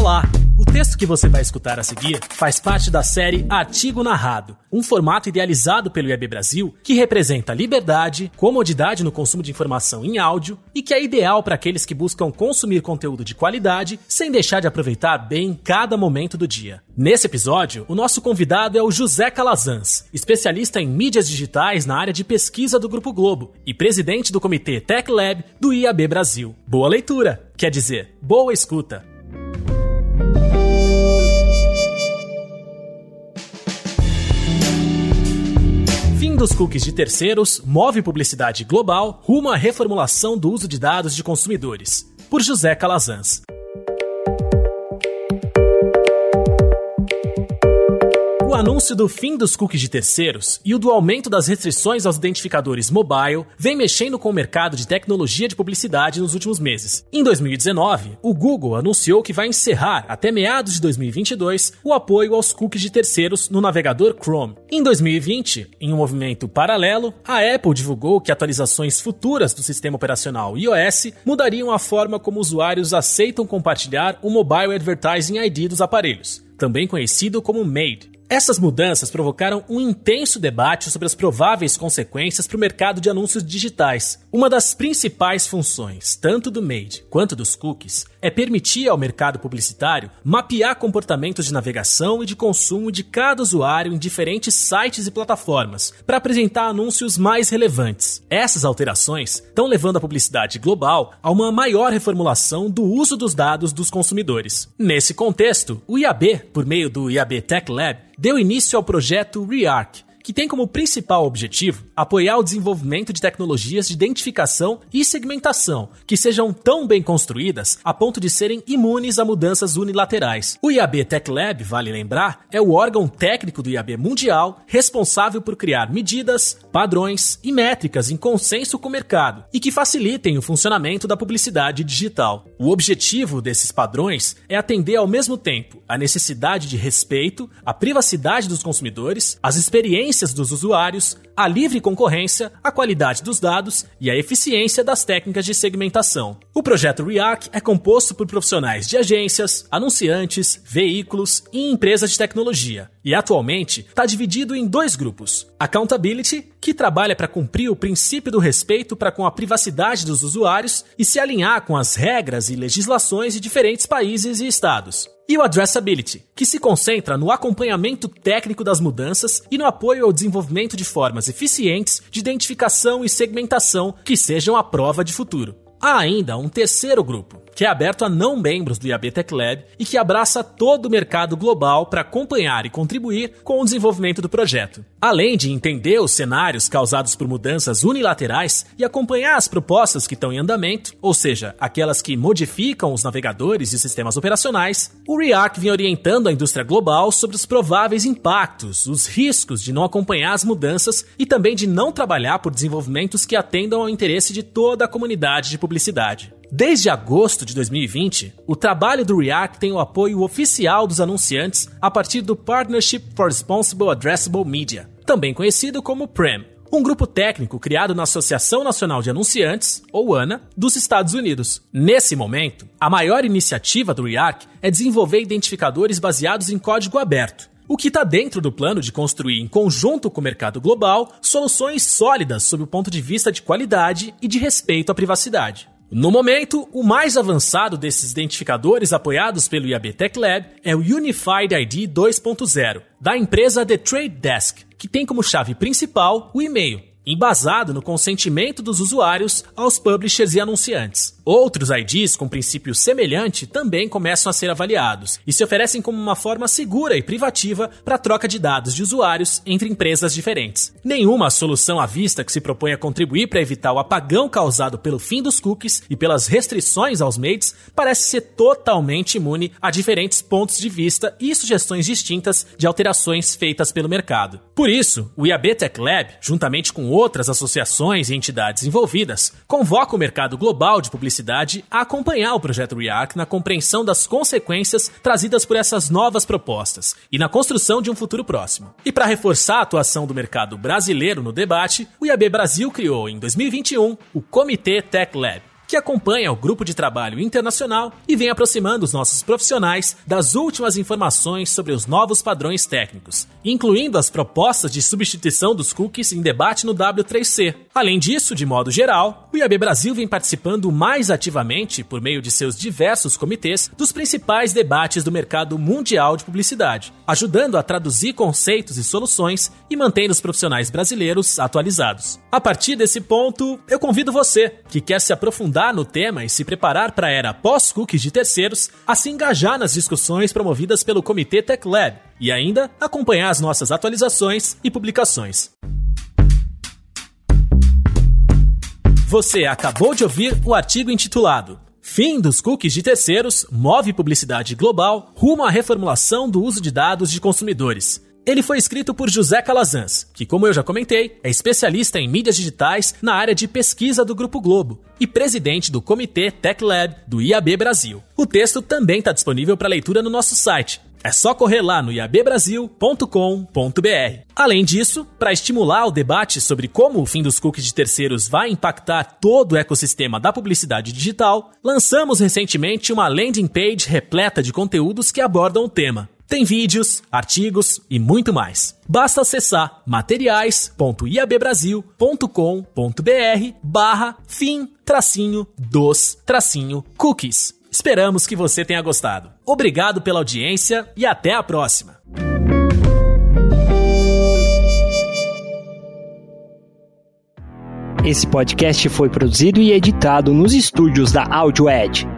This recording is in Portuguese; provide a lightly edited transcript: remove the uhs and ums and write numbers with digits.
Olá! O texto que você vai escutar a seguir faz parte da série Artigo Narrado, um formato idealizado pelo IAB Brasil que representa liberdade, comodidade no consumo de informação em áudio e que é ideal para aqueles que buscam consumir conteúdo de qualidade sem deixar de aproveitar bem cada momento do dia. Nesse episódio, o nosso convidado é o José Calazans, especialista em mídias digitais na área de pesquisa do Grupo Globo e presidente do Comitê Tech Lab do IAB Brasil. Boa leitura! Quer dizer, boa escuta! Fim dos cookies de terceiros move publicidade global rumo à reformulação do uso de dados de consumidores. Por José Calazans. O anúncio do fim dos cookies de terceiros e o do aumento das restrições aos identificadores mobile vem mexendo com o mercado de tecnologia de publicidade nos últimos meses. Em 2019, o Google anunciou que vai encerrar, até meados de 2022, o apoio aos cookies de terceiros no navegador Chrome. Em 2020, em um movimento paralelo, a Apple divulgou que atualizações futuras do sistema operacional iOS mudariam a forma como usuários aceitam compartilhar o Mobile Advertising ID dos aparelhos, também conhecido como MAID. Essas mudanças provocaram um intenso debate sobre as prováveis consequências para o mercado de anúncios digitais. Uma das principais funções, tanto do MAID quanto dos cookies, é permitir ao mercado publicitário mapear comportamentos de navegação e de consumo de cada usuário em diferentes sites e plataformas, para apresentar anúncios mais relevantes. Essas alterações estão levando a publicidade global a uma maior reformulação do uso dos dados dos consumidores. Nesse contexto, o IAB, por meio do IAB Tech Lab, deu início ao projeto ReArc, que tem como principal objetivo apoiar o desenvolvimento de tecnologias de identificação e segmentação que sejam tão bem construídas a ponto de serem imunes a mudanças unilaterais. O IAB Tech Lab, vale lembrar, é o órgão técnico do IAB mundial responsável por criar medidas, padrões e métricas em consenso com o mercado e que facilitem o funcionamento da publicidade digital. O objetivo desses padrões é atender ao mesmo tempo a necessidade de respeito, a privacidade dos consumidores, as experiências dos usuários, a livre concorrência, a qualidade dos dados e a eficiência das técnicas de segmentação. O projeto ReArc é composto por profissionais de agências, anunciantes, veículos e empresas de tecnologia e atualmente está dividido em dois grupos. Accountability, que trabalha para cumprir o princípio do respeito para com a privacidade dos usuários e se alinhar com as regras e legislações de diferentes países e estados. E o Addressability, que se concentra no acompanhamento técnico das mudanças e no apoio ao desenvolvimento de formas eficientes de identificação e segmentação que sejam a prova de futuro. Há ainda um terceiro grupo, que é aberto a não membros do IAB Tech Lab e que abraça todo o mercado global para acompanhar e contribuir com o desenvolvimento do projeto. Além de entender os cenários causados por mudanças unilaterais e acompanhar as propostas que estão em andamento, ou seja, aquelas que modificam os navegadores e sistemas operacionais, o ReArc vem orientando a indústria global sobre os prováveis impactos, os riscos de não acompanhar as mudanças e também de não trabalhar por desenvolvimentos que atendam ao interesse de toda a comunidade de publicidade. Desde agosto de 2020, o trabalho do ReArc tem o apoio oficial dos anunciantes a partir do Partnership for Responsible Addressable Media, também conhecido como PRAM, um grupo técnico criado na Associação Nacional de Anunciantes, ou ANA, dos Estados Unidos. Nesse momento, a maior iniciativa do ReArc é desenvolver identificadores baseados em código aberto, o que está dentro do plano de construir, em conjunto com o mercado global, soluções sólidas sob o ponto de vista de qualidade e de respeito à privacidade. No momento, o mais avançado desses identificadores apoiados pelo IAB Tech Lab é o Unified ID 2.0, da empresa The Trade Desk, que tem como chave principal o e-mail, embasado no consentimento dos usuários aos publishers e anunciantes. Outros IDs com princípio semelhante também começam a ser avaliados e se oferecem como uma forma segura e privativa para a troca de dados de usuários entre empresas diferentes. Nenhuma solução à vista que se propõe a contribuir para evitar o apagão causado pelo fim dos cookies e pelas restrições aos MAIDs parece ser totalmente imune a diferentes pontos de vista e sugestões distintas de alterações feitas pelo mercado. Por isso, o IAB Tech Lab, juntamente com outras associações e entidades envolvidas, convoca o mercado global de publicidade a acompanhar o projeto ReArc na compreensão das consequências trazidas por essas novas propostas e na construção de um futuro próximo. E para reforçar a atuação do mercado brasileiro no debate, o IAB Brasil criou em 2021 o Comitê Tech Lab, que acompanha o grupo de trabalho internacional e vem aproximando os nossos profissionais das últimas informações sobre os novos padrões técnicos, incluindo as propostas de substituição dos cookies em debate no W3C. Além disso, de modo geral, o IAB Brasil vem participando mais ativamente, por meio de seus diversos comitês, dos principais debates do mercado mundial de publicidade, ajudando a traduzir conceitos e soluções e mantendo os profissionais brasileiros atualizados. A partir desse ponto, eu convido você, que quer se aprofundar no tema e se preparar para a era pós-cookies de terceiros, a se engajar nas discussões promovidas pelo Comitê Tech Lab e ainda acompanhar as nossas atualizações e publicações. Você acabou de ouvir o artigo intitulado Fim dos cookies de terceiros move publicidade global rumo à reformulação do uso de dados de consumidores. Ele foi escrito por José Calazans, que, como eu já comentei, é especialista em mídias digitais na área de pesquisa do Grupo Globo e presidente do Comitê Tech Lab do IAB Brasil. O texto também está disponível para leitura no nosso site. É só correr lá no iabbrasil.com.br. Além disso, para estimular o debate sobre como o fim dos cookies de terceiros vai impactar todo o ecossistema da publicidade digital, lançamos recentemente uma landing page repleta de conteúdos que abordam o tema. Tem vídeos, artigos e muito mais. Basta acessar materiais.iabbrasil.com.br/fim-dos-cookies. Esperamos que você tenha gostado. Obrigado pela audiência e até a próxima! Esse podcast foi produzido e editado nos estúdios da AudioEd.